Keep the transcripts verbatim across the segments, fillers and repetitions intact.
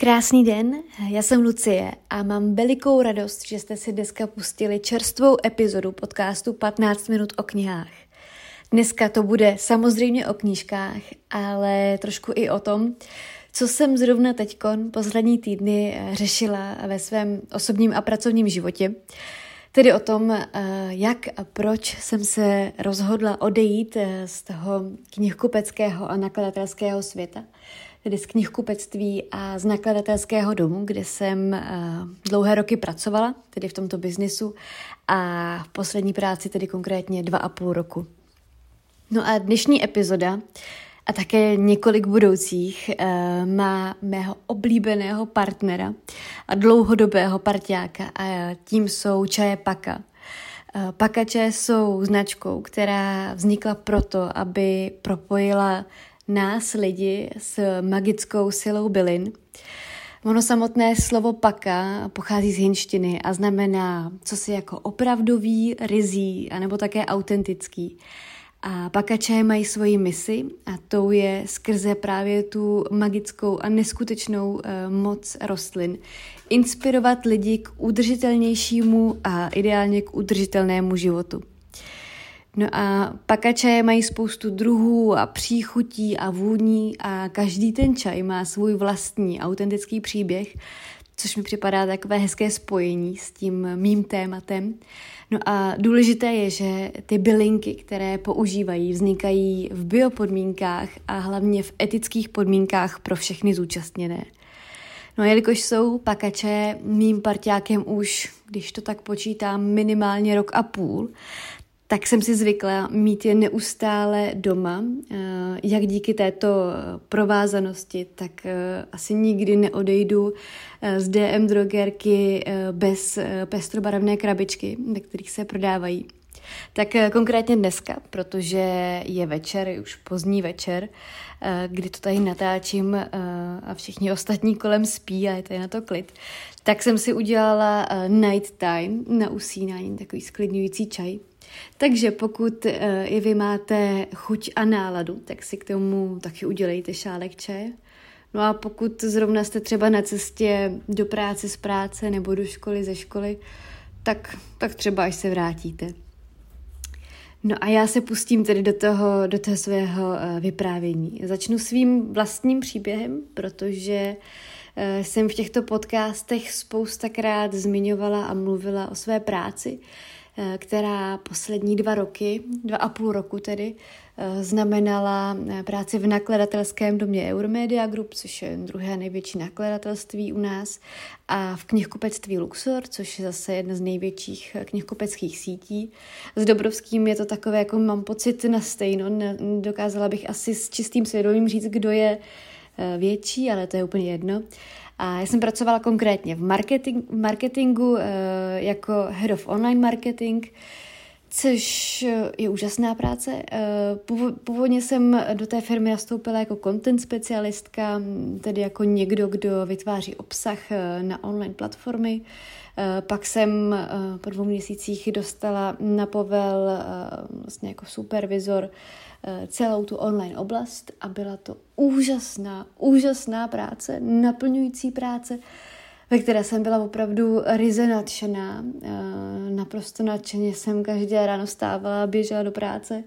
Krásný den, já jsem Lucie a mám velikou radost, že jste si dneska pustili čerstvou epizodu podcastu patnáct minut o knihách. Dneska to bude samozřejmě o knížkách, ale trošku i o tom, co jsem zrovna teďkon poslední týdny řešila ve svém osobním a pracovním životě. Tedy o tom, jak a proč jsem se rozhodla odejít z toho knihkupeckého a nakladatelského světa, tedy z knihkupectví a z nakladatelského domu, kde jsem dlouhé roky pracovala, tedy v tomto biznisu, a v poslední práci tedy konkrétně dva a půl roku. No a dnešní epizoda a také několik budoucích má mého oblíbeného partnera a dlouhodobého parťáka a tím jsou čaje Paka. Paka čaje jsou značkou, která vznikla proto, aby propojila nás lidi s magickou silou bylin. Ono samotné slovo Paka pochází z hindštiny a znamená cosi jako opravdový, ryzí, anebo také autentický. A Paka čaje mají svoji misi a tou je skrze právě tu magickou a neskutečnou uh, moc rostlin inspirovat lidi k udržitelnějšímu a ideálně k udržitelnému životu. No a Paka čaje mají spoustu druhů a příchutí a vůní a každý ten čaj má svůj vlastní autentický příběh, což mi připadá takové hezké spojení s tím mým tématem. No a důležité je, že ty bylinky, které používají, vznikají v biopodmínkách a hlavně v etických podmínkách pro všechny zúčastněné. No a jelikož jsou Paka čaje mým parťákem už, když to tak počítám, minimálně rok a půl, tak jsem si zvykla mít je neustále doma. Jak díky této provázanosti, tak asi nikdy neodejdu z D M drogerky bez pestrobarevné krabičky, ve kterých se prodávají. Tak konkrétně dneska, protože je večer, je už pozdní večer, kdy to tady natáčím a všichni ostatní kolem spí a je tady na to klid, tak jsem si udělala night time na usínání, takový sklidňující čaj. Takže pokud i vy máte chuť a náladu, tak si k tomu taky udělejte šálek čaje. No a pokud zrovna jste třeba na cestě do práce z práce nebo do školy ze školy, tak, tak třeba až se vrátíte. No a já se pustím tedy do toho, do toho svého vyprávění. Začnu svým vlastním příběhem, protože jsem v těchto podcastech spoustakrát zmiňovala a mluvila o své práci, která poslední dva roky, dva a půl roku tedy, znamenala práci v nakladatelském domě Euromedia Group, což je druhé největší nakladatelství u nás, a v knihkupectví Luxor, což je zase jedna z největších knihkupeckých sítí. S Dobrovským je to takové, jako mám pocit, na stejno. Dokázala bych asi s čistým svědomím říct, kdo je větší, ale to je úplně jedno. A já jsem pracovala konkrétně v marketing, marketingu jako Head of Online Marketing, což je úžasná práce. Původně jsem do té firmy nastoupila jako content specialistka, tedy jako někdo, kdo vytváří obsah na online platformy. Pak jsem po dvou měsících dostala na povel vlastně jako supervizor celou tu online oblast a byla to úžasná, úžasná práce, naplňující práce, ve které jsem byla opravdu ryze nadšená. Naprosto nadšeně jsem každé ráno stávala a běžela do práce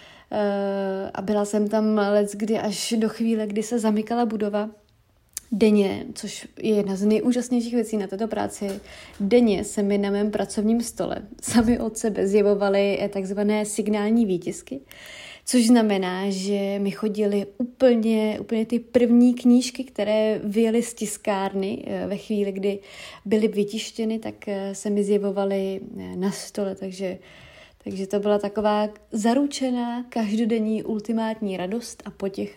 a byla jsem tam leckdy až do chvíle, kdy se zamykala budova. Denně, což je jedna z nejúžasnějších věcí na této práci, denně se mi na mém pracovním stole sami od sebe zjevovaly takzvané signální výtisky, což znamená, že mi chodily úplně, úplně ty první knížky, které vyjely z tiskárny ve chvíli, kdy byly vytištěny, tak se mi zjevovaly na stole, takže, takže to byla taková zaručená každodenní ultimátní radost a potěcha.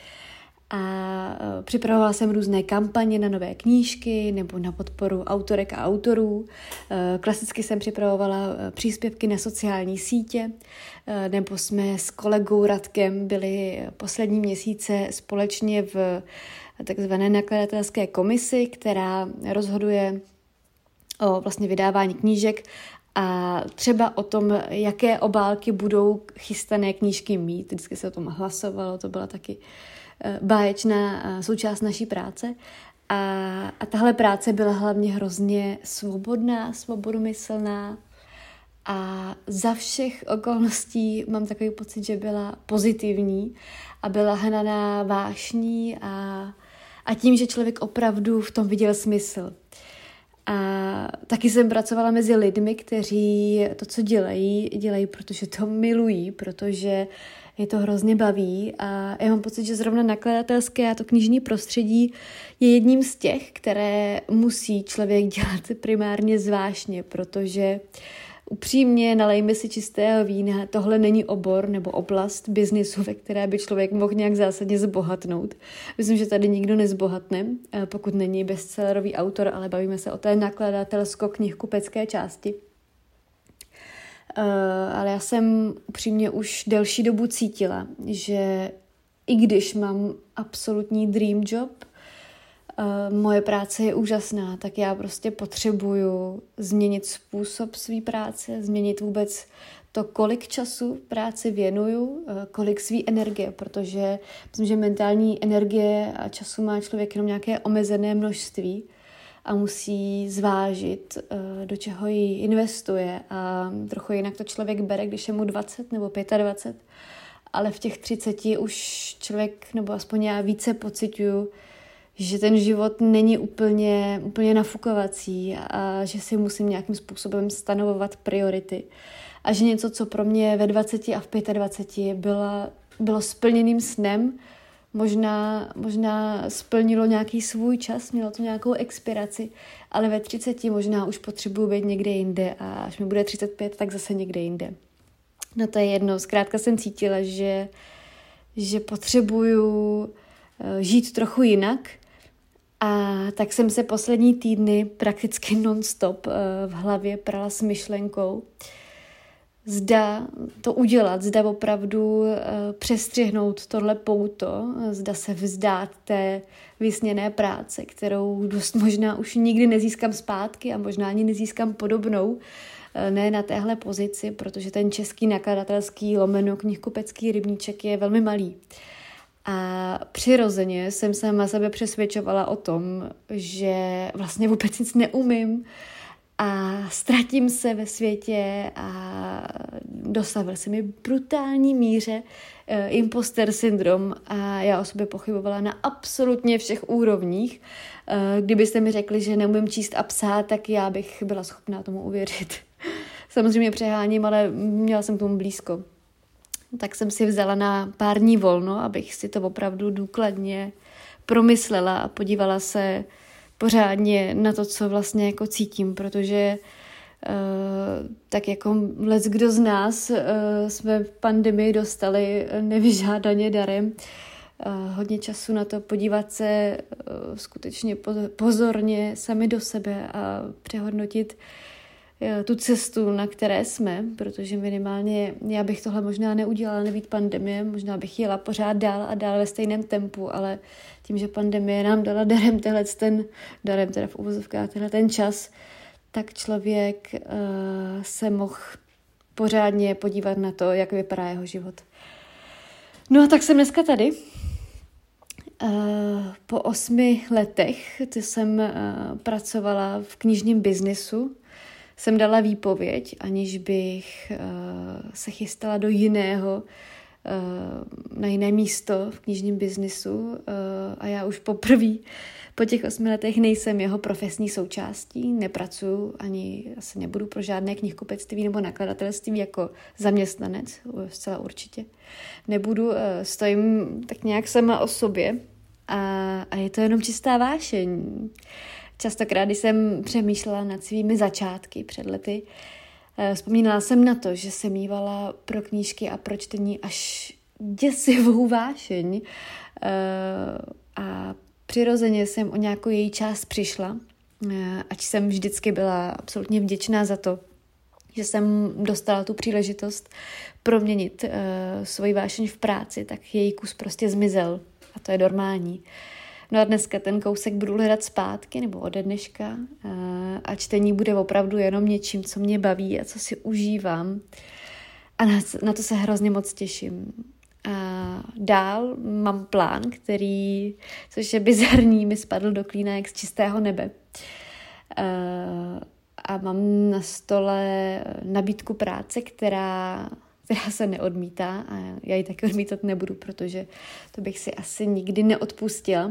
A připravovala jsem různé kampaně na nové knížky nebo na podporu autorek a autorů. Klasicky jsem připravovala příspěvky na sociální sítě, nebo jsme s kolegou Radkem byli poslední měsíce společně v takzvané nakladatelské komisi, která rozhoduje o vlastně vydávání knížek a třeba o tom, jaké obálky budou chystané knížky mít. Vždycky se o tom hlasovalo, to byla taky báječná součást naší práce. A, a tahle práce byla hlavně hrozně svobodná, svobodomyslná a za všech okolností mám takový pocit, že byla pozitivní a byla hnaná vášní a, a tím, že člověk opravdu v tom viděl smysl. A taky jsem pracovala mezi lidmi, kteří to, co dělají, dělají, protože to milují, protože je to hrozně baví a já mám pocit, že zrovna nakladatelské a to knižní prostředí je jedním z těch, které musí člověk dělat primárně zvláštně, protože upřímně nalejme si čistého vína, tohle není obor nebo oblast biznisu, ve které by člověk mohl nějak zásadně zbohatnout. Myslím, že tady nikdo nezbohatne, pokud není bestsellerový autor, ale bavíme se o té nakladatelsko-knihkupecké části. Uh, ale já jsem upřímně už delší dobu cítila, že i když mám absolutní dream job, uh, moje práce je úžasná, tak já prostě potřebuju změnit způsob své práce, změnit vůbec to, kolik času práci věnuju, uh, kolik svý energie, protože myslím, že mentální energie a času má člověk jenom nějaké omezené množství a musí zvážit, do čeho ji investuje a trochu jinak to člověk bere, když je mu dvacet nebo dvacet pět, ale v těch třiceti už člověk, nebo aspoň já více pociťuju, že ten život není úplně, úplně nafukovací a že si musím nějakým způsobem stanovovat priority a že něco, co pro mě ve dvaceti a v dvaceti pěti bylo, bylo splněným snem, Možná, možná splnilo nějaký svůj čas, mělo to nějakou expiraci, ale ve třiceti možná už potřebuji být někde jinde a až mi bude třicet pět, tak zase někde jinde. No to je jedno, zkrátka jsem cítila, že, že potřebuju žít trochu jinak a tak jsem se poslední týdny prakticky non-stop v hlavě prala s myšlenkou, zda to udělat, zda opravdu uh, přestřihnout tohle pouto, zda se vzdát té vysněné práce, kterou dost možná už nikdy nezískám zpátky a možná ani nezískám podobnou, uh, ne na téhle pozici, protože ten český nakladatelský lomeno knihkupecký rybníček je velmi malý. A přirozeně jsem sama sebe přesvědčovala o tom, že vlastně vůbec nic neumím, a ztratím se ve světě a dosavil se mi brutální míře e, imposter syndrom a já o sobě pochybovala na absolutně všech úrovních. E, kdybyste mi řekli, že neumím číst a psát, tak já bych byla schopná tomu uvěřit. Samozřejmě přeháním, ale měla jsem k tomu blízko. Tak jsem si vzala na pár dní volno, abych si to opravdu důkladně promyslela a podívala se pořádně na to, co vlastně jako cítím, protože uh, tak jako leckdo z nás uh, jsme v pandemii dostali nevyžádaně darem uh, hodně času na to podívat se uh, skutečně pozorně sami do sebe a přehodnotit uh, tu cestu, na které jsme, protože minimálně já bych tohle možná neudělala, nebýt pandemie, možná bych jela pořád dál a dál ve stejném tempu, ale tím, že pandemie nám dala darem tenhle ten, darem teda v uvozovkách tenhle ten čas, tak člověk uh, se mohl pořádně podívat na to, jak vypadá jeho život. No a tak jsem dneska tady. Uh, po osmi letech, ty jsem uh, pracovala v knižním biznesu, jsem dala výpověď, aniž bych uh, se chystala do jiného, na jiné místo v knižním biznisu a já už poprvé po těch osmi letech nejsem jeho profesní součástí, nepracuju ani asi nebudu pro žádné knihkupectví nebo nakladatelství jako zaměstnanec, zcela určitě. Nebudu, stojím tak nějak sama o sobě a, a je to jenom čistá vášeň. Častokrát, když jsem přemýšlela nad svými začátky před lety, vzpomínala jsem na to, že jsem mívala pro knížky a pro čtení až děsivou vášeň a přirozeně jsem o nějakou její část přišla, ač jsem vždycky byla absolutně vděčná za to, že jsem dostala tu příležitost proměnit svoji vášeň v práci, tak její kus prostě zmizel a to je normální. No a dneska ten kousek budu hledat zpátky, nebo ode dneška, a čtení bude opravdu jenom něčím, co mě baví a co si užívám. A na, na to se hrozně moc těším. A dál mám plán, který, což je bizarní, mi spadl do klína jak z čistého nebe. A mám na stole nabídku práce, která, která se neodmítá a já ji taky odmítat nebudu, protože to bych si asi nikdy neodpustila.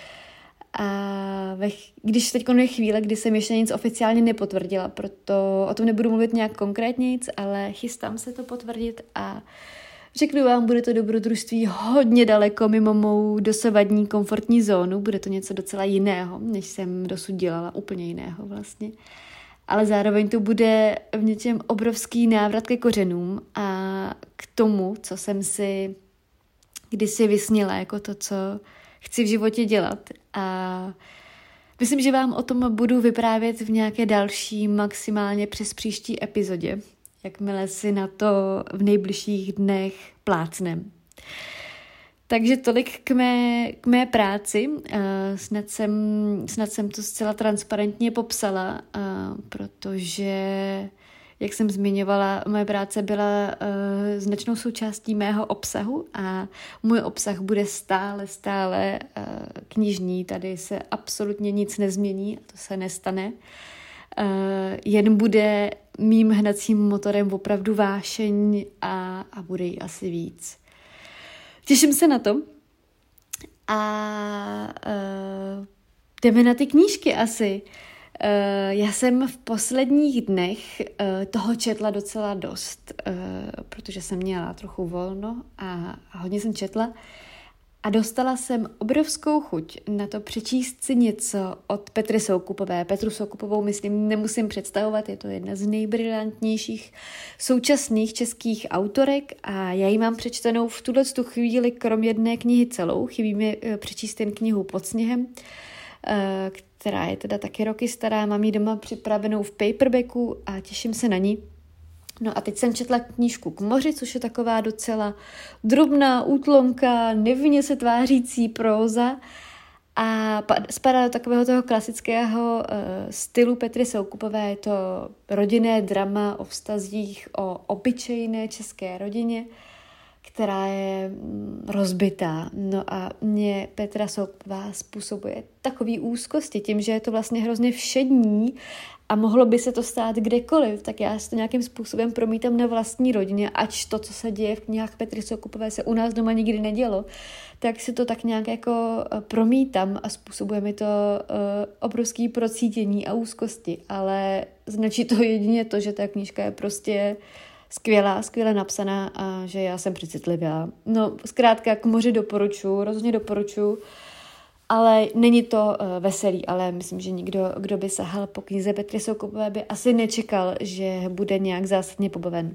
A ve, když teď je chvíle, kdy jsem ještě nic oficiálně nepotvrdila, proto o tom nebudu mluvit nějak konkrétně nic, ale chystám se to potvrdit a řeknu vám, bude to dobrodružství hodně daleko mimo mou dosavadní komfortní zónu, bude to něco docela jiného, než jsem dosud dělala, úplně jiného vlastně. Ale zároveň to bude v něčem obrovský návrat ke kořenům a k tomu, co jsem si kdysi vysnila, jako to, co chci v životě dělat. A myslím, že vám o tom budu vyprávět v nějaké další, maximálně přes příští epizodě, jakmile si na to v nejbližších dnech plácnem. Takže tolik k mé, k mé práci. Uh, snad, jsem, snad jsem to zcela transparentně popsala, uh, protože, jak jsem zmiňovala, moje práce byla uh, značnou součástí mého obsahu a můj obsah bude stále, stále uh, knižní. Tady se absolutně nic nezmění a to se nestane. Uh, jen bude mým hnacím motorem opravdu vášeň a, a bude jí asi víc. Těším se na to a uh, jdeme na ty knížky asi. Uh, já jsem v posledních dnech uh, toho četla docela dost, uh, protože jsem měla trochu volno a, a hodně jsem četla a dostala jsem obrovskou chuť na to přečíst si něco od Petry Soukupové. Petru Soukupovou, myslím, nemusím představovat, je to jedna z nejbrilantnějších současných českých autorek a já ji mám přečtenou v tuhle chvíli krom jedné knihy celou. Chybí mi přečíst jen knihu Pod sněhem, která je teda taky roky stará, mám ji doma připravenou v paperbacku a těším se na ní. No a teď jsem četla knížku K moři, což je taková docela drobná útlomka, nevinně se tvářící próza a spadá do takového toho klasického uh, stylu Petry Soukupové. Je to rodinné drama o vztazích, o obyčejné české rodině, která je mm, rozbitá. No a mě Petra Soukupová způsobuje takový úzkosti tím, že je to vlastně hrozně všední a mohlo by se to stát kdekoliv, tak já si to nějakým způsobem promítám na vlastní rodině, ač to, co se děje v knihách Petry Soukupové, se u nás doma nikdy nedělo, tak si to tak nějak jako promítám a způsobuje mi to uh, obrovský procítění a úzkosti, ale značí to jedině to, že ta knížka je prostě skvělá, skvěle napsaná a že já jsem přecitlivá. No, zkrátka K moři doporučuji, rozhodně doporučuji, ale není to uh, veselý, ale myslím, že nikdo, kdo by sahal po knize Petry Soukupové, by asi nečekal, že bude nějak zásadně pobaven.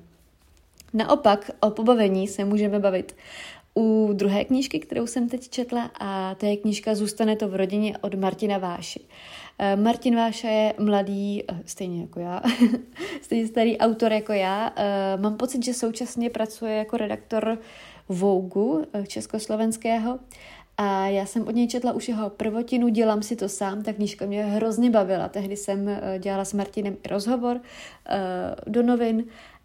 Naopak o pobavení se můžeme bavit u druhé knížky, kterou jsem teď četla a to je knížka Zůstane to v rodině od Martina Váši. Uh, Martin Váša je mladý, uh, stejně jako já, stejně starý autor jako já. Uh, mám pocit, že současně pracuje jako redaktor Vogue uh, československého. A já jsem od něj četla už jeho prvotinu Dělám si to sám, ta knížka mě hrozně bavila. Tehdy jsem dělala s Martinem rozhovor uh, do novin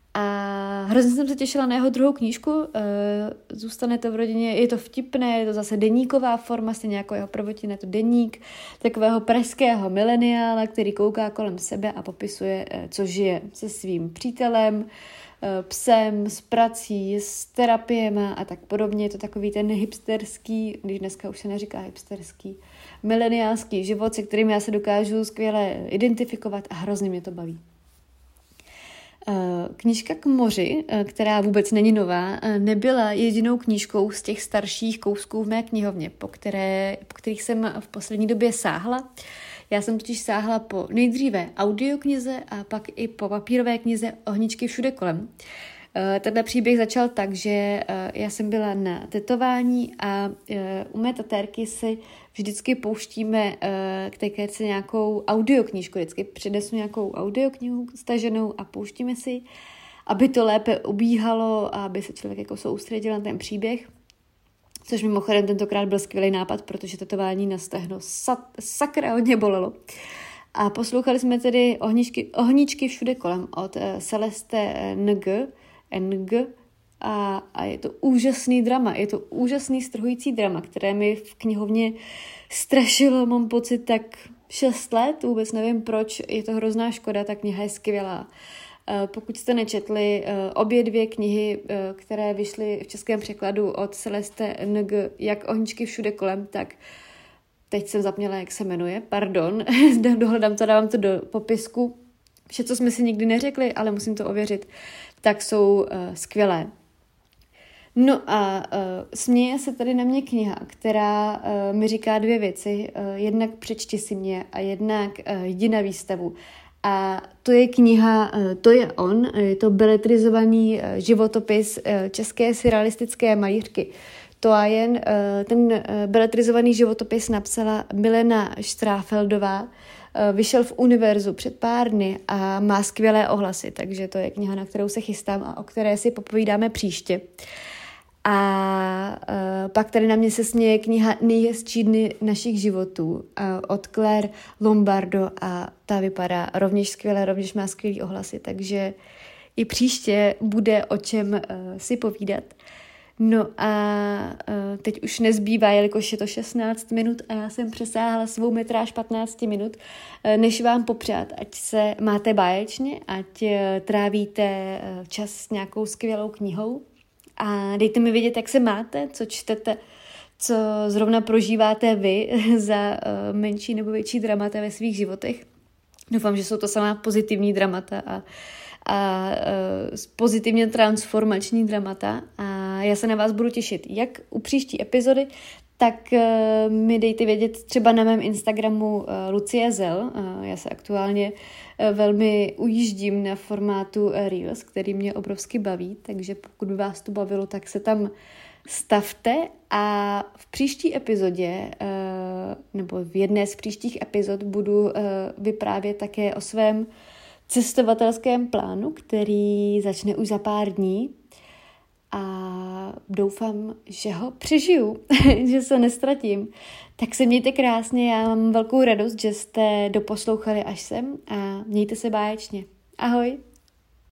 a hrozně jsem se těšila na jeho druhou knížku. Uh, Zůstane to v rodině, je to vtipné, je to zase deníková forma, stejně jako jeho prvotina, je to deník takového pražského mileniála, který kouká kolem sebe a popisuje, uh, co žije se svým přítelem, psem, s prací, s terapiema a tak podobně. Je to takový ten hipsterský, když dneska už se neříká hipsterský, mileniálský život, se kterým já se dokážu skvěle identifikovat a hrozně mě to baví. Knížka K moři, která vůbec není nová, nebyla jedinou knížkou z těch starších kousků v mé knihovně, po, které, po kterých jsem v poslední době sáhla. Já jsem totiž sáhla po nejdříve audioknize a pak i po papírové knize Ohničky všude kolem. Tenhle příběh začal tak, že já jsem byla na tetování a u mé tatérky si vždycky pouštíme k té kéce nějakou audioknížku. Vždycky přinesu nějakou audioknihu staženou a pouštíme si, aby to lépe ubíhalo a aby se člověk jako soustředil na ten příběh. Což mimochodem tentokrát byl skvělý nápad, protože tetování na stehno sa- sakra hodně bolelo. A poslouchali jsme tedy ohničky, ohničky všude kolem od uh, Celeste Ng, Ng, a, a je to úžasný drama, je to úžasný strhující drama, které mi v knihovně strašilo, mám pocit, tak šest let, vůbec nevím proč, je to hrozná škoda, ta kniha je skvělá. Pokud jste nečetli obě dvě knihy, které vyšly v českém překladu od Celeste Ng, Jak ohničky všude kolem, tak teď jsem zapněla, jak se jmenuje, pardon, dohledám to, dávám to do popisku. Vše, co jsme si nikdy neřekli, ale musím to ověřit, tak jsou uh, skvělé. No a uh, směje se tady na mě kniha, která uh, mi říká dvě věci. Uh, jednak přečti si mě a jednak uh, jdi na výstavu. A to je kniha, uh, to je on, je to beletrizovaný uh, životopis uh, české surrealistické malířky. To a jen uh, ten uh, beletrizovaný životopis napsala Milena Štráfeldová, vyšel v Univerzu před pár dny a má skvělé ohlasy, takže to je kniha, na kterou se chystám a o které si popovídáme příště. A uh, pak tady na mě se směje kniha Nejhezčí dny našich životů uh, od Claire Lombardo a ta vypadá rovněž skvěle, rovněž má skvělý ohlasy, takže i příště bude o čem uh, si povídat. No a uh, teď už nezbývá, jelikož je to šestnáct minut a já jsem přesáhla svou metráž patnáct minut, uh, než vám popřát, ať se máte báječně, ať uh, trávíte uh, čas s nějakou skvělou knihou a dejte mi vědět, jak se máte, co čtete, co zrovna prožíváte vy za uh, menší nebo větší dramata ve svých životech. Doufám, že jsou to samá pozitivní dramata a a uh, pozitivně transformační dramata a já se na vás budu těšit jak u příští epizody, tak uh, mi dejte vědět třeba na mém Instagramu uh, Lucie Zel. Uh, já se aktuálně uh, velmi ujíždím na formátu uh, Reels, který mě obrovsky baví, takže pokud by vás to bavilo, tak se tam stavte a v příští epizodě, uh, nebo v jedné z příštích epizod budu uh, vyprávět také o svém cestovatelském plánu, který začne už za pár dní a doufám, že ho přežiju, že se nestratím. Tak se mějte krásně, já mám velkou radost, že jste doposlouchali až sem a mějte se báječně. Ahoj!